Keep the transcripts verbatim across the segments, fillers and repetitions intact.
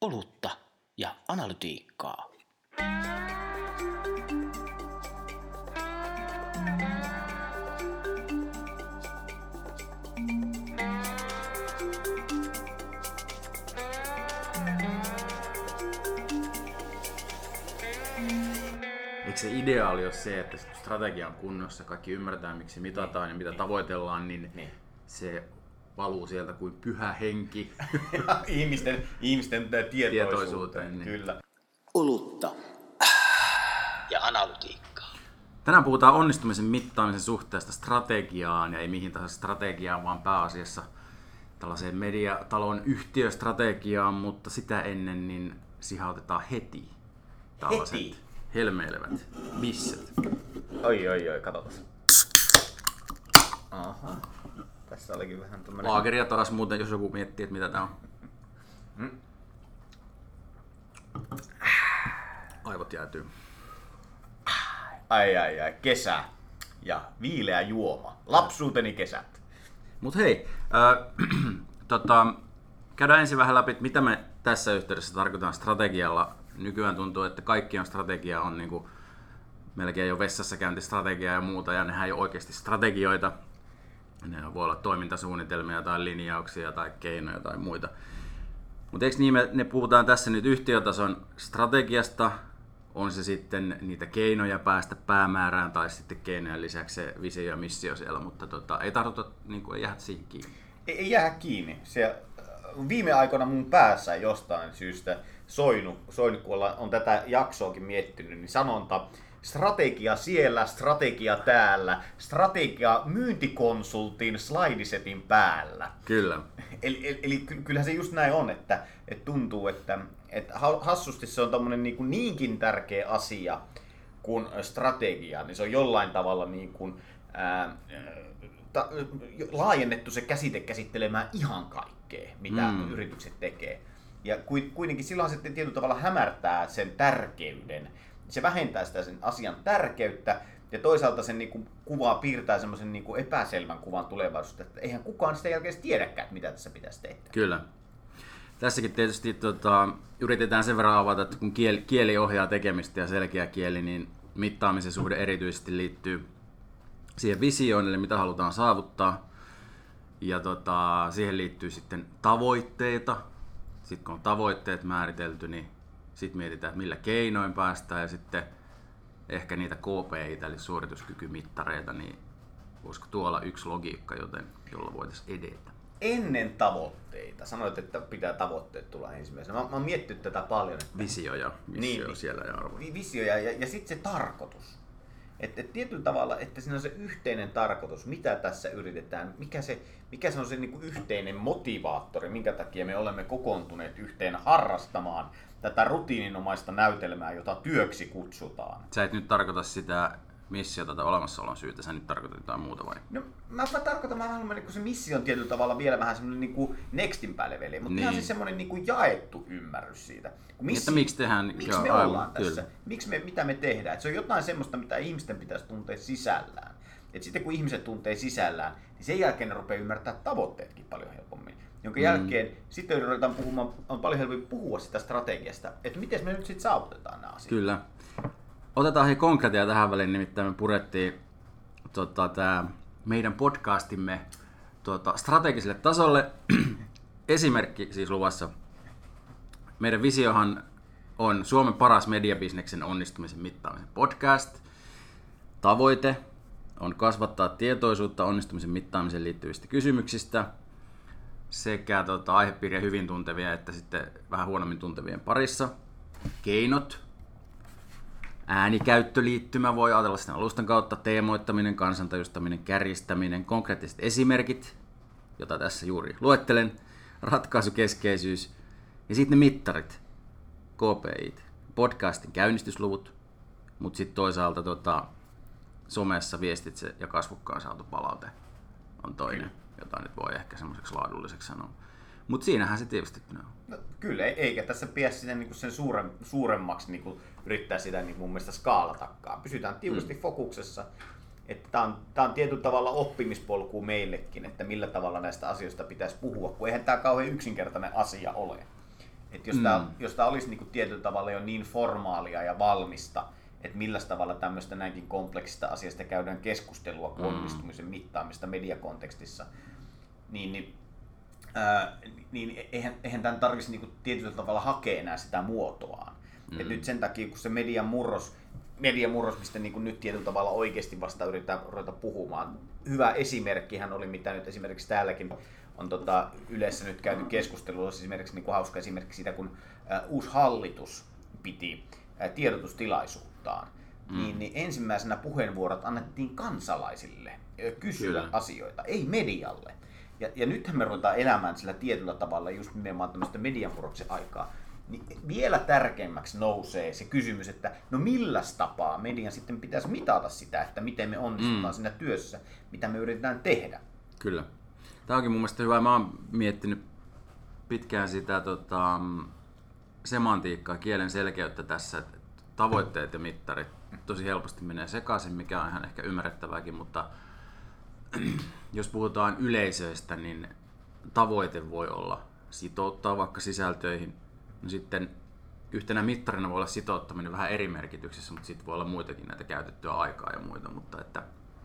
olutta ja analytiikkaa. Eikö se ideaali ole se, että strategia on kunnossa, kaikki ymmärtää miksi mitataan ja mitä tavoitellaan, niin, niin. se valuu sieltä kuin pyhä henki ihmisten, ihmisten tietoisuuteen. tietoisuuteen niin. Kyllä. Olutta ja analytiikkaa. Tänään puhutaan onnistumisen mittaamisen suhteesta strategiaan ja ei mihin tahansa strategiaan, vaan pääasiassa tällaiseen mediatalon yhtiöstrategiaan, mutta sitä ennen niin sihautetaan heti tällaiset Heti? helmeilevät bisset. Oi, oi, oi, katsotaan. Aha. Tässä olikin vähän tämmönen... Laageria taas muuten, jos joku miettii, että mitä tää on. Hmm. Aivot jäätyy. Ai, ai, ai, kesä ja viileä juoma. Lapsuuteni kesät. Mut hei, äh, tota, käydään ensin vähän läpi, mitä me tässä yhteydessä tarkoitetaan strategialla. Nykyään tuntuu, että kaikki on strategia, on niinku melkein jo vessassa käyntistrategiaa ja muuta, ja nehän ei ole oikeasti strategioita. Ne voi olla toimintasuunnitelmia tai linjauksia tai keinoja tai muita. Mutta eikö niin, me, ne puhutaan tässä nyt yhtiötason strategiasta, on se sitten niitä keinoja päästä päämäärään tai sitten keinojen lisäksi se visio ja missio siellä, mutta tota, ei tarvita niin ei jäädä siihen kiinni. Ei, ei jää kiinni. Se, viime aikoina mun päässä jostain syystä soinut, soinut kun on tätä jaksoakin miettinyt, niin sanonta strategia siellä, strategia täällä, strategia myyntikonsultin slaidisetin päällä. Kyllä. Eli, eli, eli kyllähän se just näin on, että, että tuntuu, että, että hassusti se on tommonen niin kuin niinkin tärkeä asia kuin strategia, niin se on jollain tavalla niin kuin, ää, ta, laajennettu se käsite käsittelemään ihan kaikkea, mitä mm. yritykset tekee. Ja kuitenkin silloin se tietyllä tavalla hämärtää sen tärkeyden. Se vähentää sitä sen asian tärkeyttä ja toisaalta sen niin kuvaa piirtää semmoisen niin epäselvän kuvan tulevaisuudesta, että eihän kukaan sitä jälkeen tiedäkään, mitä tässä pitäisi tehdä. Kyllä. Tässäkin tietysti tota, yritetään sen verran avata, että kun kieli, kieli ohjaa tekemistä ja selkeä kieli, niin mittaamisen suhde erityisesti liittyy siihen visioon, eli mitä halutaan saavuttaa. Ja tota, siihen liittyy sitten tavoitteita. Sitten kun on tavoitteet määritelty, niin sitten mietitään, että millä keinoin päästään ja sitten ehkä niitä K P I:tä eli suorituskykymittareita, niin voisiko tuolla yksi logiikka, joten, jolla voitaisiin edetä? Ennen tavoitteita, sanoit, että pitää tavoitteet tulla ensimmäisenä. Mä, mä oon miettinyt tätä paljon. Että... Visio ja missio niin, siellä ja arvo. Visio ja, ja, ja sitten se tarkoitus. Että et tietyllä tavalla, että siinä on se yhteinen tarkoitus, mitä tässä yritetään, mikä se, mikä se on se niinku yhteinen motivaattori, minkä takia me olemme kokoontuneet yhteen harrastamaan tätä rutiininomaista näytelmää, jota työksi kutsutaan. Sä et nyt tarkoita sitä missiota tai olemassaolon syytä, sä nyt tarkoitat jotain muuta vai? No mä, mä tarkoitan, mä haluan, että se missio on tietyllä tavalla vielä vähän semmoinen niinku nextin päälle veli, mutta niin. Ihan siis semmoinen niinku jaettu ymmärrys siitä. Missi, että miksi tehdään, miksi joo, me aivan, ollaan tässä? Kyllä. Miksi me, mitä me tehdään? Et se on jotain semmoista, mitä ihmisten pitäisi tuntea sisällään. Et sitten kun ihmiset tuntee sisällään, niin sen jälkeen ne rupeaa ymmärtää tavoitteetkin paljon helpommin. Jonka mm. jälkeen sitten ruvetaan puhumaan, on paljon helpompi puhua sitä strategiasta, että miten me nyt sitten saavutetaan nämä asiat. Kyllä. Otetaan hei konkreettia tähän väliin, nimittäin me purettiin tota, tää meidän podcastimme tota, strategiselle tasolle. Esimerkki siis luvassa. Meidän visiohan on Suomen paras mediabisneksen onnistumisen mittaamisen podcast. Tavoite on kasvattaa tietoisuutta onnistumisen mittaamiseen liittyvistä kysymyksistä sekä tota, aihepiiriä hyvin tuntevien että sitten vähän huonommin tuntevien parissa. Keinot. Äänikäyttöliittymä voi ajatella sen alustan kautta, teemoittaminen, kansantajustaminen, kärjistäminen, konkreettiset esimerkit, jota tässä juuri luettelen, ratkaisukeskeisyys ja sitten ne mittarit, K P I:t, podcastin käynnistysluvut, mutta sitten toisaalta tota, somessa viestitse ja kasvukkaan saatu palaute on toinen, jota nyt voi ehkä semmoiseksi laadulliseksi sanoa. Mutta siinähän se tiivistettynä on. No, kyllä, eikä tässä pidä sitä, niin sen suurem, suuremmaksi niin yrittää sitä niin mun mielestä skaalatakaan. Pysytään tiukasti mm. fokuksessa. Tämä on, on tietyllä tavalla oppimispolku meillekin, että millä tavalla näistä asioista pitäisi puhua, kun eihän tämä kauhean yksinkertainen asia ole. Että jos, mm. tämä, jos tämä olisi niin kuin tietyllä tavalla jo niin formaalia ja valmista, että millä tavalla tämmöistä näinkin kompleksista asiasta käydään keskustelua mm. onnistumisen mittaamista mediakontekstissa, niin, niin, ää, niin eihän, eihän tämän tarvitsisi niin kuin tietyllä tavalla hakea enää sitä muotoaan. Mm. Et nyt sen takia, kun se median murros, median murros, mistä niin kuin nyt tietyllä tavalla oikeasti vasta yritetään ruveta puhumaan. Hyvä esimerkkihän oli, mitä nyt esimerkiksi täälläkin on tota, yleensä nyt käyty keskustelua, esimerkiksi niin kuin hauska esimerkki siitä, kun ä, uusi hallitus piti ä, tiedotustilaisuuttaan, mm. niin, niin ensimmäisenä puheenvuorot annettiin kansalaisille ä, kysyä Kyllä. asioita, ei medialle. Ja, ja nythän me ruvetaan elämään sillä tietyllä tavalla just nimenomaan tämmöistä medianmurroksen aikaa. Niin vielä tärkeämmäksi nousee se kysymys, että no millä tapaa median sitten pitäisi mitata sitä, että miten me onnistutaan mm. siinä työssä, mitä me yritetään tehdä. Kyllä. Tämä onkin mun mielestä hyvä. Mä oon miettinyt pitkään sitä tota, semantiikkaa, kielen selkeyttä tässä, että tavoitteet ja mittarit tosi helposti menee sekaisin, mikä on ihan ehkä ymmärrettävääkin, mutta jos puhutaan yleisöistä, niin tavoite voi olla sitouttaa vaikka sisältöihin. No sitten yhtenä mittarina voi olla sitouttaminen vähän eri merkityksessä, mutta sitten voi olla muitakin näitä käytettyä aikaa ja muita, mutta että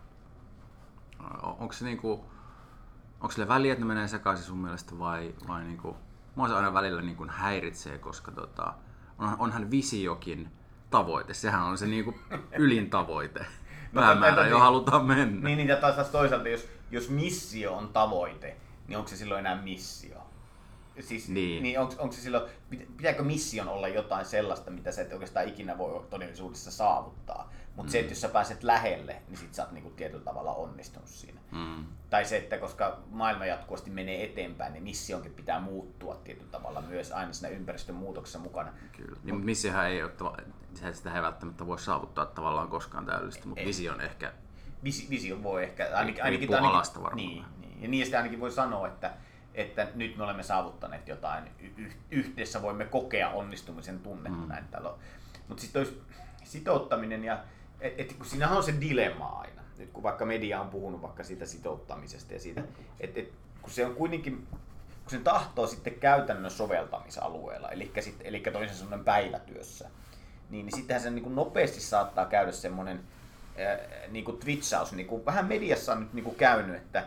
onko se niinku, onko sille väliä, että ne menee sekaisin sun mielestä vai, vai niinku, mua se aina välillä niinku häiritsee, koska tota, on, onhan visiokin tavoite, sehän on se niinku ylin tavoite, päämäärä, johon halutaan mennä. Niin, niin ja taas toisaalta, jos, jos missio on tavoite, niin onko se silloin enää missio? Siis, niin. niin onko, onko se silloin, pitääkö mission olla jotain sellaista, mitä sä et oikeastaan ikinä voi todellisuudessa saavuttaa. Mutta mm. se, että jos sä pääset lähelle, niin sit sä oot niinku tietyllä tavalla onnistunut siinä. Mm. Tai se, että koska maailma jatkuvasti menee eteenpäin, niin missionkin pitää muuttua tietyllä tavalla myös aina siinä ympäristön muutoksessa mukana. Kyllä. Niin, mutta missiohan ei ole, sitä ei välttämättä voi saavuttaa tavallaan koskaan täydellisesti, mutta vision ehkä... Vis, vision voi ehkä... Ainakin, ainakin, ainakin, alasta varmaan. Niin, niin. Ja niistä ainakin voi sanoa, että että nyt me olemme saavuttaneet jotain, y- yhdessä voimme kokea onnistumisen tunnetta. Mm. Mutta sitten sitouttaminen, ja, et, et, kun siinähän on se dilemma aina, nyt kun vaikka media on puhunut vaikka siitä sitouttamisesta ja siitä, että et, kun se on kuitenkin, kun sen tahtoo sitten käytännön soveltamisalueella, eli, sit, eli toisin sanoen päivätyössä, niin, niin sittenhän se niin kuin nopeasti saattaa käydä semmoinen äh, niin kuin twitchaus, niin kuin vähän mediassa on nyt niin kuin käynyt, että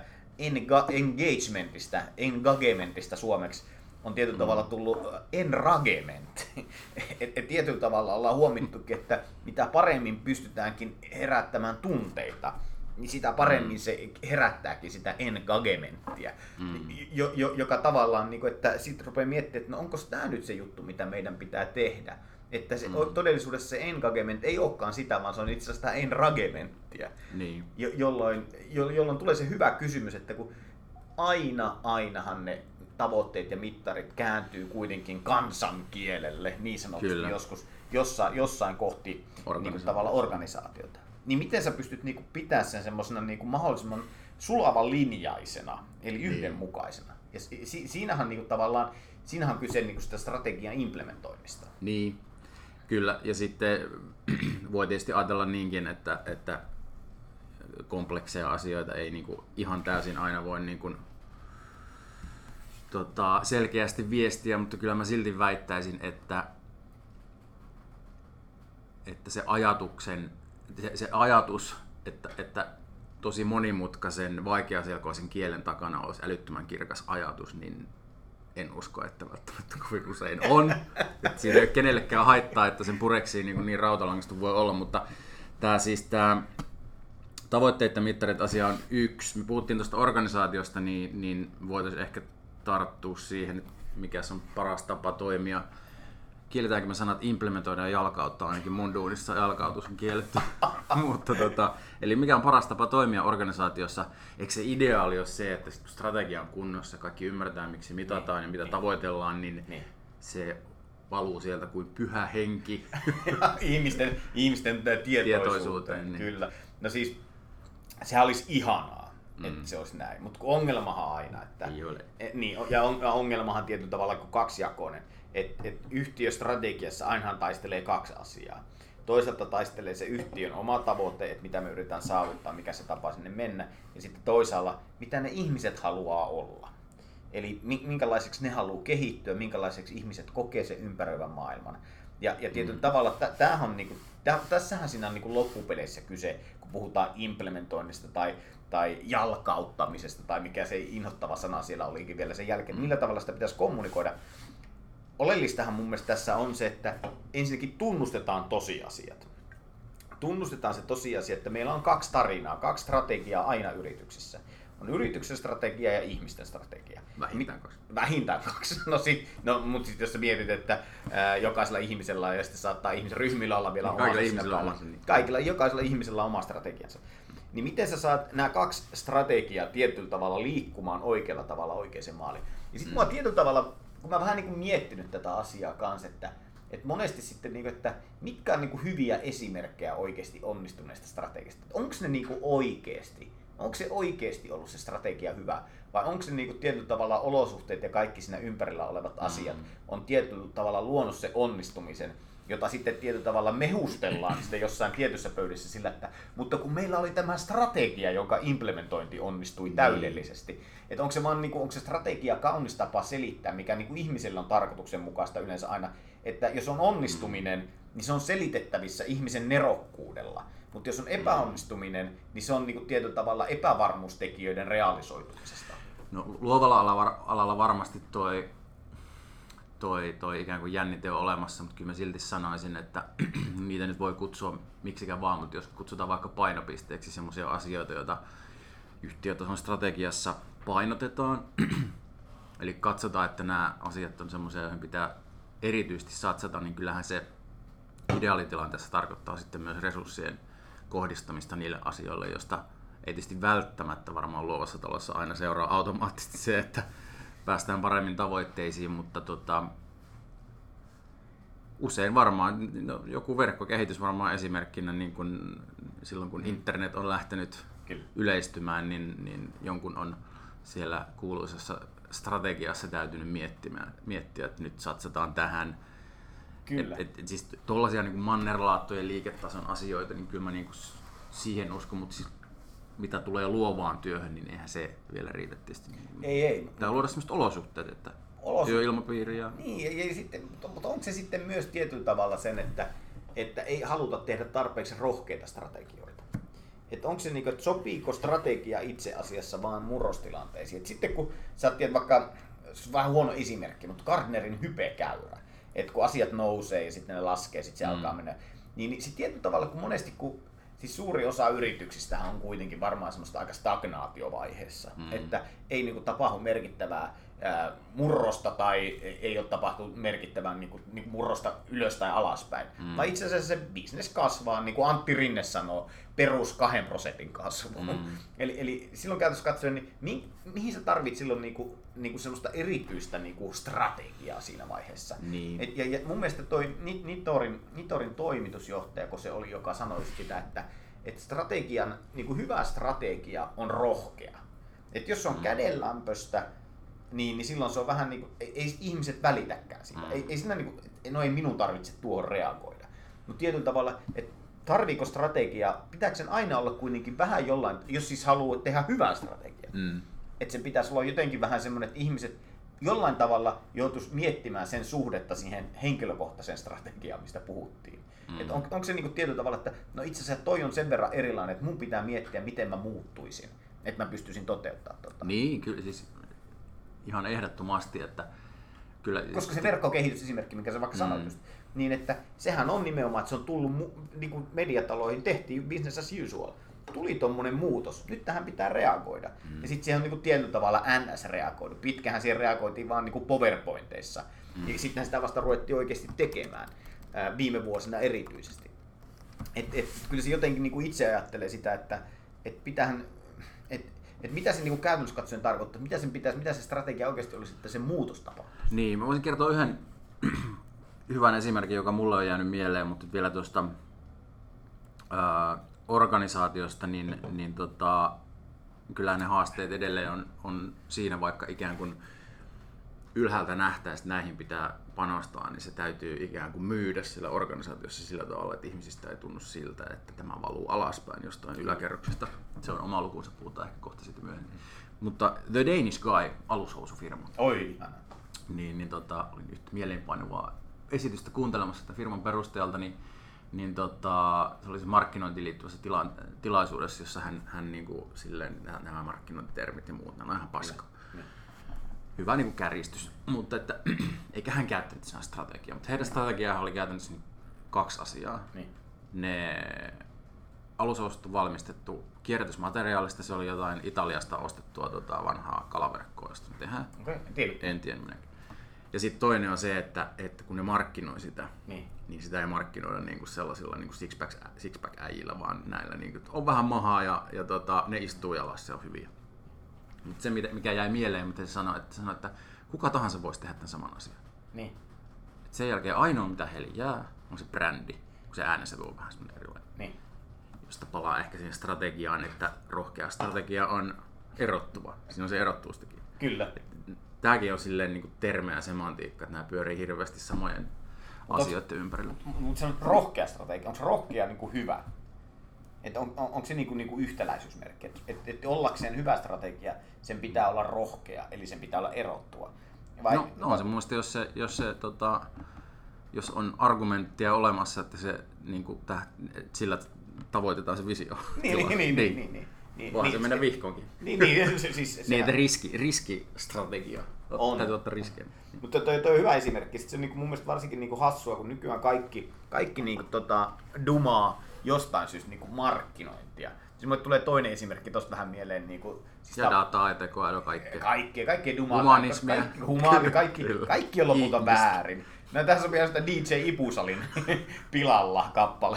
engagementista, engagementista suomeksi on tietyllä mm. tavalla tullut enragement. et, et tietyllä tavalla ollaan huomittukin, että mitä paremmin pystytäänkin herättämään tunteita, niin sitä paremmin mm. se herättääkin sitä engagementtia. Mm. Jo, jo, joka tavallaan, niin kuin, että sitten rupeaa miettimään, että no onko tämä nyt se juttu, mitä meidän pitää tehdä. Että se, mm. todellisuudessa se engagement ei olekaan sitä, vaan se on itse asiassa sitä enragementtia. Niin. Jo, jolloin, jo, jolloin tulee se hyvä kysymys, että kun aina, ainahan ne tavoitteet ja mittarit kääntyy kuitenkin kansankielelle, niin sanotusti Kyllä. joskus, jossain, jossain kohti niin kuin tavalla organisaatiota. Niin miten sä pystyt niin kuin pitää sen semmoisena niin kuin mahdollisimman sulavan linjaisena, eli niin. yhdenmukaisena. Ja si, siinähän niin kuin tavallaan, siinähän on kyse niin kuin sitä strategian implementoinnista. Niin. Kyllä, ja sitten voi tietysti ajatella niinkin, että, että komplekseja asioita ei niin kuin ihan täysin aina voi niin kuin, tota, selkeästi viestiä, mutta kyllä mä silti väittäisin, että, että se ajatuksen, se, se ajatus, että, että tosi monimutkaisen, vaikeaselkoisen kielen takana olisi älyttömän kirkas ajatus, niin en usko, että välttämättä kovin usein on. Että siinä ei ole kenellekään haittaa, että sen pureksii niin, niin rautalangasta voi olla, mutta tämä siis tämä tavoitteet ja mittarit asia on yksi. Me puhuttiin tuosta organisaatiosta, niin, niin voitaisiin ehkä tarttua siihen, mikä on paras tapa toimia. Kielletäänkö me sanat implementoida ja jalkauttaa, ainakin mun duunissa jalkautus on kielletty. Mutta tota, eli mikä on paras tapa toimia organisaatiossa? Eikö se ideaali ole se, että strategia on kunnossa, kaikki ymmärretään miksi mitataan niin, ja mitä niin, tavoitellaan, niin, niin se valuu sieltä kuin pyhä henki. ihmisten, ihmisten tietoisuuteen. tietoisuuteen niin. Kyllä. No siis, sehän olisi ihanaa, mm. että se olisi näin, mutta ongelmahan aina, että... Ei ole. Et, niin, ja ongelmahan tietyllä tavalla kuin kaksijakoinen. Että et yhtiöstrategiassa ainahan taistelee kaksi asiaa. Toisaalta taistelee se yhtiön oma tavoite, että mitä me yritetään saavuttaa, mikä se tapa sinne mennä. Ja sitten toisaalla, mitä ne ihmiset haluaa olla. eli minkälaiseksi ne haluaa kehittyä, minkälaiseksi ihmiset kokee sen ympäröivän maailman. Ja, ja tietyllä mm. tavalla tämähän on, niinku, täh, tässähän siinä on niinku loppupeleissä kyse, kun puhutaan implementoinnista tai, tai jalkauttamisesta tai mikä se inhottava sana siellä olikin vielä sen jälkeen, millä tavalla sitä pitäisi kommunikoida. Oleellistahan mun mielestä tässä on se, että ensinnäkin tunnustetaan tosiasiat. Tunnustetaan se tosiasia, että meillä on kaksi tarinaa, kaksi strategiaa aina yrityksissä. On yrityksen strategia ja ihmisten strategia. Vähintään kaksi. Vähintään kaksi. No, sit, no mutta sitten jos sä mietit, että ää, jokaisella ihmisellä on, ja sitten saattaa ihmisen ryhmillä olla vielä niin oma ihmisellä on niin. Kaikilla, jokaisella ihmisellä on oma strategiansa. Niin miten sä saat nämä kaksi strategiaa tietyllä tavalla liikkumaan oikealla tavalla oikeaan maaliin? Ja sitten mm. mä tietyllä tavalla, kun mä vähän niin kuin miettinyt tätä asiaa kanssa, että että monesti sitten, että mitkä on niin kuin hyviä esimerkkejä oikeasti onnistuneesta strategiasta. Onko ne niin kuin oikeasti? Onko se oikeasti ollut se strategia hyvä? Vai onko se niin kuin tietyllä tavalla olosuhteet ja kaikki siinä ympärillä olevat asiat on tietyllä tavalla luonut se onnistumisen, jota sitten tietyllä tavalla mehustellaan sitten jossain tietyssä pöydissä sillä, että mutta kun meillä oli tämä strategia, jonka implementointi onnistui täydellisesti. Että onko se, vaan, niin kuin, onko se strategia kaunis tapa selittää, mikä niin kuin ihmisellä on tarkoituksenmukaista yleensä aina, että jos on onnistuminen, niin se on selitettävissä ihmisen nerokkuudella. Mutta jos on epäonnistuminen, niin se on niin kuin tietyllä tavalla epävarmuustekijöiden realisoitumisesta. No, luovalla alalla, alalla varmasti toi, toi, toi ikään kuin jännite on olemassa, mutta kyllä mä silti sanoisin, että niitä nyt voi kutsua miksikään vaan, mutta jos kutsutaan vaikka painopisteeksi semmoisia asioita, joita yhtiötason strategiassa painotetaan, eli katsotaan, että nämä asiat on semmoisia, joihin pitää erityisesti satsata, niin kyllähän se ideaalitilanteessa tarkoittaa sitten myös resurssien kohdistamista niille asioille, joista ei tietysti välttämättä varmaan luovassa talossa aina seuraa automaattisesti se, että päästään paremmin tavoitteisiin, mutta tota, usein varmaan, no, joku verkkokehitys varmaan esimerkkinä, niin kun, silloin kun internet on lähtenyt Kyllä. yleistymään, niin, niin jonkun on siellä kuuluisessa strategiassa täytynyt miettimään, miettiä, että nyt satsataan tähän. Kyllä. Et, et, siis tuollaisia niin mannerlaattojen liiketason asioita, niin kyllä mä niin siihen uskon, mutta siis, mitä tulee luovaan työhön, niin eihän se vielä riitä tietysti. Ei, ei. Pitää luoda sellaiset olosuhteet, että Olosuhteet. Työilmapiiri ja... Niin, ja, ja sitten, mutta onko se sitten myös tietyllä tavalla sen, että, että ei haluta tehdä tarpeeksi rohkeita strategioita? Että onko se niin kuin, että sopiiko strategia itse asiassa vaan murrostilanteisiin? Et sitten kun sä tiedät vaikka, se on vähän huono esimerkki, mutta Gardnerin hypekäyrä, että kun asiat nousee ja sitten ne laskee, sitten se mm. alkaa mennä, niin, niin sitten tietyllä tavalla, kun monesti kun siis suuri osa yrityksistä on kuitenkin varmaan semmoista aika stagnaatiovaiheessa, mm. että ei niin kuin, tapahdu merkittävää ää, murrosta tai ei ole tapahtunut merkittävää niin kuin, niin kuin murrosta ylös tai alaspäin. Mm. Tai itse asiassa se business kasvaa, niin kuin Antti Rinne sanoo, perus kahden prosentin kasvu. Mm. eli, eli silloin käytössä katsoen, niin mi, mihin sä tarvit silloin niin kuin, niin kuin semmoista erityistä niin kuin strategiaa siinä vaiheessa. Niin. Et, ja, ja mun mielestä toi Nitorin, Nitorin toimitusjohtaja, kun se oli, joka sanoi sitä, että et strategian, niin kuin hyvä strategia on rohkea. Et jos se on mm. kädenlämpöstä, niin, niin silloin se on vähän niin kuin, ei, ei ihmiset välitäkään siitä. Mm. Ei, ei, siinä, niin kuin, no ei minun tarvitse tuohon reagoida. Mutta tietyllä tavalla, että tarviiko strategia, pitääkö sen aina olla kuitenkin vähän jollain, jos siis haluaa tehdä hyvää strategiaa. Mm. Että sen pitäisi olla jotenkin vähän semmoinen, että ihmiset jollain tavalla joutuisi miettimään sen suhdetta siihen henkilökohtaiseen strategiaan, mistä puhuttiin. Mm. Että on, onko se niin kuin tietyllä tavalla, että no itse asiassa toi on sen verran erilainen, että mun pitää miettiä, miten mä muuttuisin, että mä pystyisin toteuttamaan tota. Niin, kyllä siis ihan ehdottomasti, että kyllä... Koska se verkkokehitysesimerkki, mikä sä vaikka mm. sanoit just, niin että sehän on nimenomaan, että se on tullut niin kuin mediataloihin, tehtiin business as usual. Tuli tommonen muutos, nyt tähän pitää reagoida. Mm. Ja sitten siihen on niinku tietyllä tavalla N S-reagoidu. Pitkähän siihen reagoitiin vaan niinku PowerPointeissa. Mm. Ja sitten sitä vasta ruvettiin oikeasti tekemään, ää, viime vuosina erityisesti. Et, et, kyllä se jotenkin niinku itse ajattelee sitä, että et pitähän, et, et mitä se niinku käytännössä katsoen tarkoittaa, mitä, sen pitäisi, mitä se strategia oikeasti olisi, että se muutos tapahtuu. Niin, mä voisin kertoa yhden hyvän esimerkin, joka mulle on jäänyt mieleen, mutta vielä tuosta ää, organisaatiosta, niin, niin tota, kyllä ne haasteet edelleen on, on siinä, vaikka ikään kuin ylhäältä nähtäisiin, että näihin pitää panostaa, niin se täytyy ikään kuin myydä sillä organisaatiossa sillä tavalla, että ihmisistä ei tunnu siltä, että tämä valuu alaspäin jostain yläkerroksesta. Se on oma lukuunsa, puhutaan ehkä kohta sitten myöhemmin. Mutta The Danish Guy, alushousufirma. Oi, niin, niin tota, olin nyt mieleenpainuvaa esitystä kuuntelemassa sitä firman perustajalta, niin, niin tota, se oli se markkinointiin liittyvässä tila, tilaisuudessa, jossa hän, hän niin kuin, silleen, nämä markkinointitermit ja muut, nämä on ihan paska. Hyvä niin kuin kärjistys, mutta että, eikä hän käyttänyt sen strategiaa, mutta heidän strategiaa oli käytännössä kaksi asiaa. Niin. Ne alushousut on valmistettu kierrätysmateriaalista, se oli jotain Italiasta ostettua tota, vanhaa kalaverkkoa, josta me tehdään. Okay, en tiedä minäkin. Ja sitten toinen on se, että, että kun ne markkinoi sitä, niin, niin sitä ei markkinoida niinku sellaisilla niinku six-pack-äijillä, vaan näillä niinku, on vähän mahaa ja, ja tota, ne istuu jalassa, se on hyviä. Mutta se, mikä jäi mieleen, mitä se sanoi, että, sanoi, että kuka tahansa voisi tehdä tämän saman asian. Niin. Et sen jälkeen ainoa, mitä heille jää, on se brändi, kun se äänensävy on vähän semmoinen erilainen. Niin. Josta palaa ehkä siihen strategiaan, että rohkea strategia on erottuva. Siinä on se erottuvuustekijä. Kyllä. Tämäkin on silleen niin kuin terme ja semantiikka, että nämä pyörii hirveästi samojen mut asioiden onks, ympärillä. Mutta se on rohkea strategia. Onko se rohkea niin kuin hyvä? Et on, on, onko se niin kuin, niin kuin yhtäläisyysmerkki? Että et, et ollakseen hyvä strategia, sen pitää olla rohkea, eli sen pitää olla erottua. Vai, no, no on se mun mielestä, jos, se, jos, se, tota, jos on argumenttia olemassa, että se, niin kuin, täh, sillä tavoitetaan se visio. Niin, niin, niin, niin, niin, niin. Niin, Voihan niin, se mennä vihkoonkin. Niin, niin, siis, siis, niin että riski, riskistrategia. On. Täytyy ottaa riskejä. Mutta toi, toi on hyvä esimerkki. Sitten se on niin kuin mun mielestä varsinkin niin kuin hassua, kun nykyään kaikki, kaikki niin kuin tota, dumaa jostain syystä niin kuin markkinointia. Siis mulle tulee toinen esimerkki tosta vähän mieleen. Niin kuin, siis ja dataa ja tekoälyä, kaikkea. Kaikkea, kaikkea dumaa. Humanismia. Kaikki, humaani, kaikki, kaikki on lopulta Ihmistä. Väärin. No, tässä on vielä sitä D J Ipusalin pilalla kappale.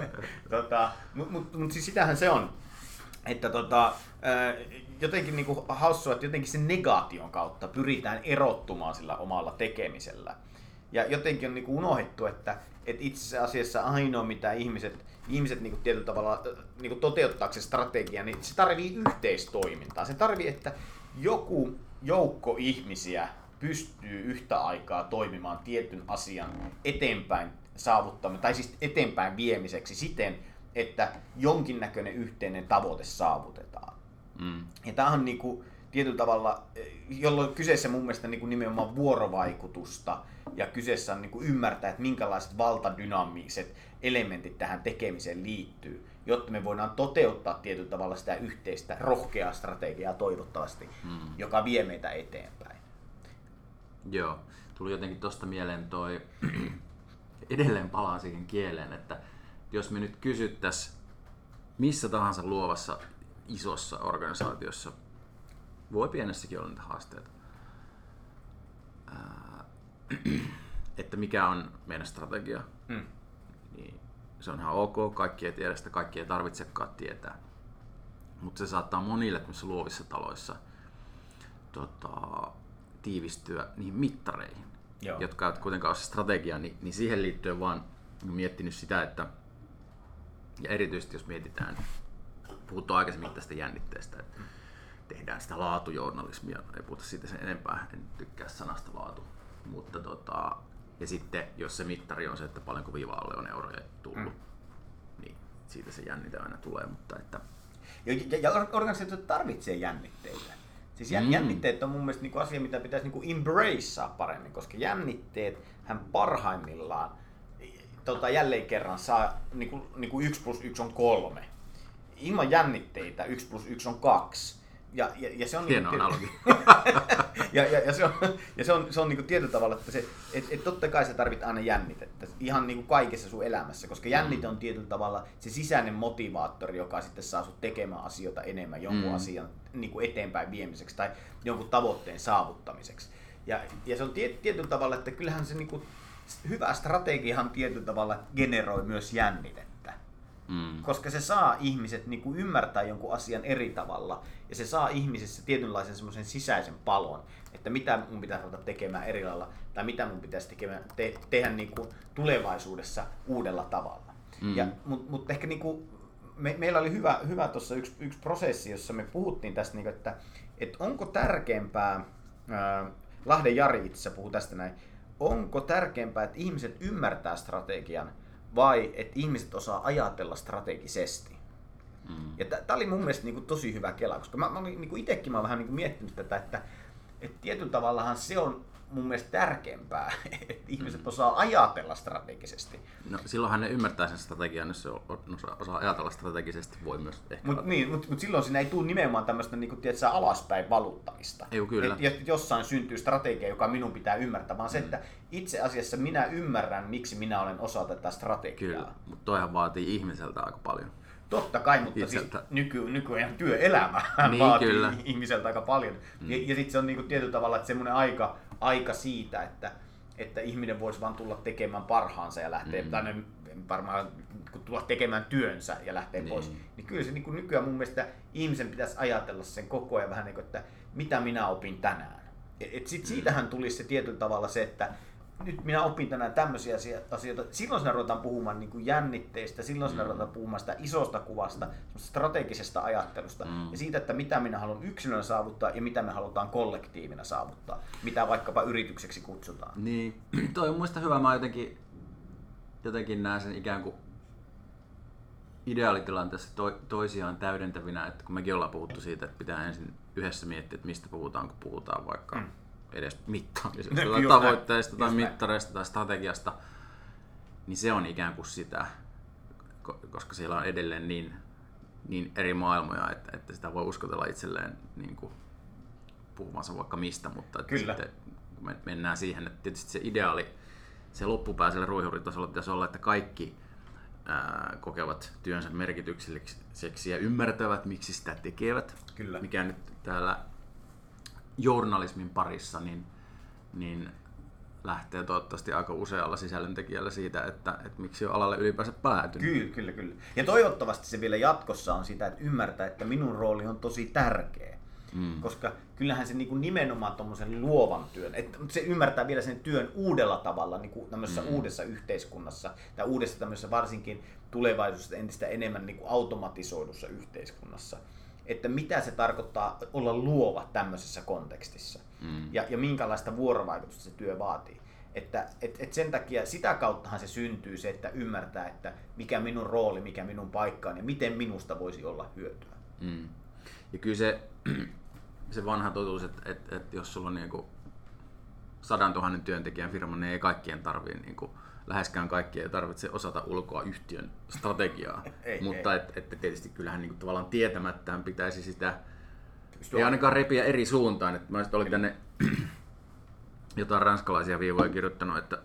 tota, Mutta mut, mut siis sitähän se on. Että tota, jotenkin niinku hassua, että jotenkin sen negaation kautta pyritään erottumaan sillä omalla tekemisellä. Ja jotenkin on niinku unohdettu, että, että itse asiassa ainoa mitä ihmiset, ihmiset niinku tietyllä tavalla niinku toteuttaakseen strategiaa, niin se tarvii yhteistoimintaa. Se tarvii, että joku joukko ihmisiä pystyy yhtä aikaa toimimaan tietyn asian eteenpäin saavuttamaan, tai siis eteenpäin viemiseksi siten, että jonkinnäköinen yhteinen tavoite saavutetaan. Mm. Ja tämä on niinku tietyllä tavalla, jolloin kyseessä mun mielestä niinku nimenomaan vuorovaikutusta ja kyseessä on niinku ymmärtää, että minkälaiset valtadynaamiset elementit tähän tekemiseen liittyy, jotta me voidaan toteuttaa tietyllä tavalla sitä yhteistä rohkeaa strategiaa toivottavasti, mm. joka vie meitä eteenpäin. Joo, tuli jotenkin tosta mieleen toi, edelleen palaan siihen kieleen, että jos me nyt kysyttäisiin missä tahansa luovassa isossa organisaatiossa, voi pienessäkin olla niitä haasteita, ää, että mikä on meidän strategia, mm. niin se on ihan ok, kaikki ei tiedä sitä, kaikki ei tarvitsekaan tietää, mutta se saattaa monille luovissa taloissa tota, tiivistyä niihin mittareihin, Joo. jotka eivät kuitenkaan ole se strategia, niin, niin siihen liittyen vaan miettinyt sitä, että ja erityisesti jos mietitään, puhuttu aikaisemmin tästä jännitteestä, että tehdään sitä laatujournalismia, ei puhuta siitä sen enempää, en tykkää sanasta laatu, mutta tota, ja sitten jos se mittari on se, että paljonko viiva alle on euroja tullut, mm. niin siitä se jännite aina tulee, mutta että... Ja, ja organisaatiot tarvitsee jännitteitä. Siis mm. jännitteet on mun mielestä niinku asia, mitä pitäisi niinku embracea paremmin, koska jännitteet hän parhaimmillaan Tota, jälleen kerran saa niinku, niinku yksi plus yksi on kolme. Ilman jännitteitä yksi plus yksi on kaksi. Ja, ja, ja se on hieno niinku, analogi. ja, ja, ja se on, ja se on, se on niinku tietyllä tavalla, että se, et, et totta kai sä tarvit aina jännitettä. Ihan niinku kaikessa sun elämässä, koska jännite on tietyllä tavalla se sisäinen motivaattori, joka sitten saa sut tekemään asioita enemmän jonkun mm. asian niinku eteenpäin viemiseksi tai jonkun tavoitteen saavuttamiseksi. Ja, ja se on tiet, tietyllä tavalla, että kyllähän se niinku hyvä strategiahan tietyllä tavalla generoi myös jännitettä, mm. koska se saa ihmiset niin kuin ymmärtää jonkun asian eri tavalla ja se saa ihmisessä tietynlaisen semmoisen sisäisen palon, että mitä mun pitäisi ruveta tekemään eri lailla tai mitä mun pitäisi tekemään, te, tehdä niin kuin tulevaisuudessa uudella tavalla. Mm. Ja, mutta mut ehkä niin kuin, me, meillä oli hyvä, hyvä tuossa yksi, yksi prosessi, jossa me puhuttiin tästä, niin kuin, että, että onko tärkeämpää ää, Lahden Jari itse asiassa puhui tästä näin. Onko tärkeämpää, että ihmiset ymmärtää strategian vai että ihmiset osaa ajatella strategisesti? Mm. Ja tämä oli mun mielestä niinku tosi hyvä kela, koska mä, mä niinku itsekin mä oon vähän niinku miettinyt tätä, että et tietyllä tavallahan se on mun mielestä tärkeämpää, että ihmiset mm. osaa ajatella strategisesti. No silloinhan ne ymmärtää sen strategian, jos se osaa, osaa ajatella strategisesti, voi myös ehkä. Mutta niin, mut, mut silloin siinä ei tule nimenomaan tämmöistä niinku, tiedätkö, alaspäin valuttamista. Ei, kyllä. Et, et jossain syntyy strategia, joka minun pitää ymmärtää, vaan mm. se, että itse asiassa minä ymmärrän, miksi minä olen osa tätä strategiaa. Kyllä, mutta toihan vaatii ihmiseltä aika paljon. Totta kai, mutta siis nyky, nykyajan työelämä niin, vaatii kyllä. ihmiseltä aika paljon. Mm. Ja, ja sitten se on niinku tietyllä tavalla että semmoinen aika, aika siitä, että, että ihminen voisi vaan tulla tekemään parhaansa ja lähteä, mm. tai ne, varmaan tulla tekemään työnsä ja lähteä niin. pois. Niin kyllä se niin nykyään mun mielestä ihmisen pitäisi ajatella sen koko ajan vähän niin kuin, että mitä minä opin tänään. Et, et sit siitähän tulisi se tietyllä tavalla se, että nyt minä opin tänään tämmöisiä asioita. Silloin siinä ruvetaan puhumaan niin kuin jännitteistä, silloin siinä mm. ruvetaan puhumaan sitä isosta kuvasta, strategisesta ajattelusta mm. ja siitä, että mitä minä haluan yksilönä saavuttaa ja mitä me halutaan kollektiivina saavuttaa, mitä vaikkapa yritykseksi kutsutaan. Niin, toi on muista hyvä. Mä jotenkin, jotenkin näen sen ikään kuin ideaalitilanteessa to, toisiaan täydentävinä, että kun mekin ollaan puhuttu siitä, että pitää ensin yhdessä miettiä, että mistä puhutaan, kun puhutaan vaikka mm. edes mittaamisesta tai tavoitteista tai mittareista tai strategiasta, niin se on ikään kuin sitä, koska siellä on edelleen niin, niin eri maailmoja, että, että sitä voi uskotella itselleen niin kuin puhumansa vaikka mistä, mutta että sitten me mennään siihen, että tietysti se ideaali, se loppupääselle ruihuritasolla pitäisi olla, että kaikki ää, kokevat työnsä merkitykselliseksi ja ymmärtävät, miksi sitä tekevät, Kyllä. mikä nyt täällä journalismin parissa niin, niin lähtee toivottavasti aika usealla sisällöntekijällä siitä, että, että miksi on alalle ylipäänsä päätynyt. Kyllä, kyllä, kyllä. Ja toivottavasti se vielä jatkossa on sitä, että ymmärtää, että minun rooli on tosi tärkeä. Mm. Koska kyllähän se niin kuin nimenomaan tuommoisen luovan työn, että se ymmärtää vielä sen työn uudella tavalla niin kuin tämmöisessä mm. uudessa yhteiskunnassa tai uudessa tämmöisessä varsinkin tulevaisuudessa entistä enemmän niin kuin automatisoidussa yhteiskunnassa. Että mitä se tarkoittaa olla luova tämmöisessä kontekstissa mm. ja, ja minkälaista vuorovaikutusta se työ vaatii. Että et, et sen takia sitä kauttahan se syntyy se, että ymmärtää, että mikä minun rooli, mikä minun paikka on ja miten minusta voisi olla hyötyä. Mm. Ja kyllä se, se vanha totuus, että, että, että jos sulla on niin kuin sadan tuhannen työntekijän firma, niin ei kaikkien tarvitse, niin kuin, läheskään kaikkien ei tarvitse osata ulkoa yhtiön strategiaa. ei, Mutta ei. Et, et tietysti kyllähän niin kuin, tavallaan tietämättään pitäisi sitä, Pystyy ei ainakaan repiä eri suuntaan. Että mä olin tänne jotain ranskalaisia viivoja kirjoittanut, että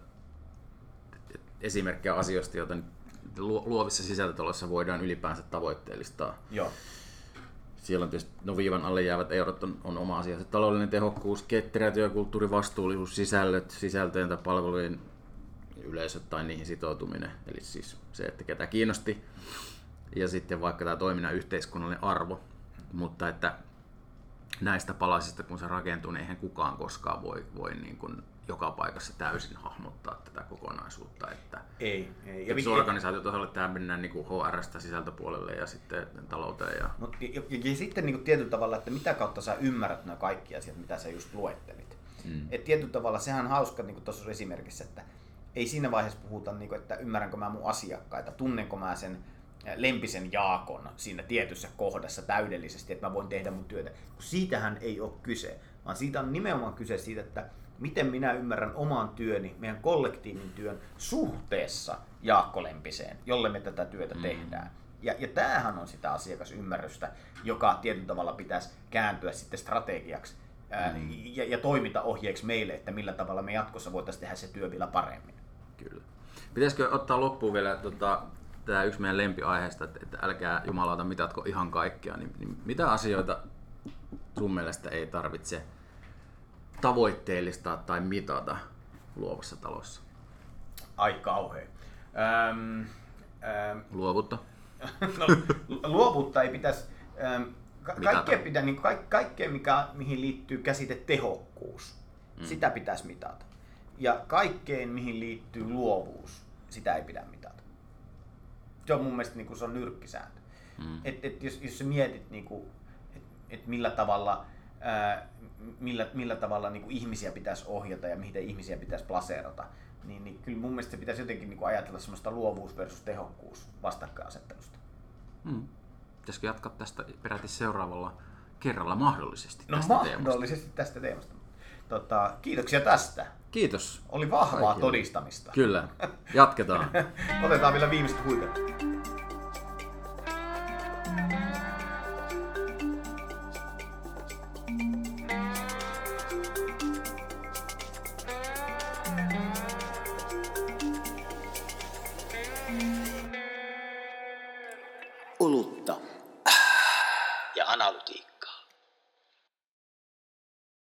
esimerkkejä asioista, joita luovissa sisältötaloissa voidaan ylipäänsä tavoitteellistaa. Joo. Siellä on tietysti no viivan alle jäävät eurot on, on oma asia. Se taloudellinen tehokkuus, ketterä työkulttuuri, vastuullisuus, sisällöt, sisältöjen tai palvelujen yleisöt tai niihin sitoutuminen. Eli siis se, että ketä kiinnosti. Ja sitten vaikka tämä toiminnan yhteiskunnallinen arvo. Mutta että näistä palasista kun se rakentuu, niin eihän kukaan koskaan voi, voi niin kuin joka paikassa täysin hahmottaa tätä kokonaisuutta. Että ei, ei. Ja organisaatiotasolle tämä mennään niin kuin H R:stä sisältöpuolelle ja sitten talouteen. Ja, Mut, ja, ja, ja sitten niin kuin tietyllä tavalla, että mitä kautta sä ymmärrät nämä kaikki asiat, mitä sä just luettelit. Mm. Et tietyllä tavalla sehän on hauska niin kuin tuossa esimerkissä, että ei siinä vaiheessa puhuta, niin kuin, että ymmärränkö mä mun asiakkaita, tunnenko mä sen Lempisen Jaakon siinä tietyssä kohdassa täydellisesti, että mä voin tehdä mun työtä. Siitähän ei ole kyse, vaan siitä on nimenomaan kyse siitä, että miten minä ymmärrän oman työni, meidän kollektiivin työn suhteessa Jaakko Lempiseen, jolle me tätä työtä mm. tehdään. Ja, ja tämähän on sitä asiakasymmärrystä, joka tietyllä tavalla pitäisi kääntyä sitten strategiaksi ää, mm. ja, ja toimintaohjeeksi meille, että millä tavalla me jatkossa voitaisiin tehdä se työ vielä paremmin. Kyllä. Pitäisikö ottaa loppuun vielä tota, tämä yksi meidän lempiaiheesta, että, että älkää jumalauta mitatko ihan kaikkea, niin, niin mitä asioita sun mielestä ei tarvitse tavoitteellistaa tai mitata luovassa talossa? Ai kauhea. Ähm, ähm, Luovuutta? No, luovuutta ei pitäisi... Ähm, ka- kaikkea, pitää, niin ka- kaikkea mikä, mihin liittyy käsite tehokkuus, mm. sitä pitäisi mitata. Ja kaikkeen, mihin liittyy luovuus, sitä ei pidä mitata. Se on mun mielestä niin kuin, se on nyrkkisääntö. Mm. Et, et jos, jos sä mietit, niin kuin, et, et millä tavalla ää, millä, millä tavalla niin kuin ihmisiä pitäisi ohjata ja miten ihmisiä pitäisi plaseerata, niin, niin kyllä mun mielestä se pitäisi jotenkin niin kuin ajatella semmoista luovuus versus tehokkuus vastakkainasettelusta. Hmm. Pitäisikö jatkaa tästä peräti seuraavalla kerralla mahdollisesti no, tästä mahdollisesti teemasta? tästä teemasta. Tota, kiitoksia tästä. Kiitos. Oli vahvaa Kaikille. todistamista. Kyllä. Jatketaan. Otetaan vielä viimeiset huipet. Olutta. Ja analytiikkaa.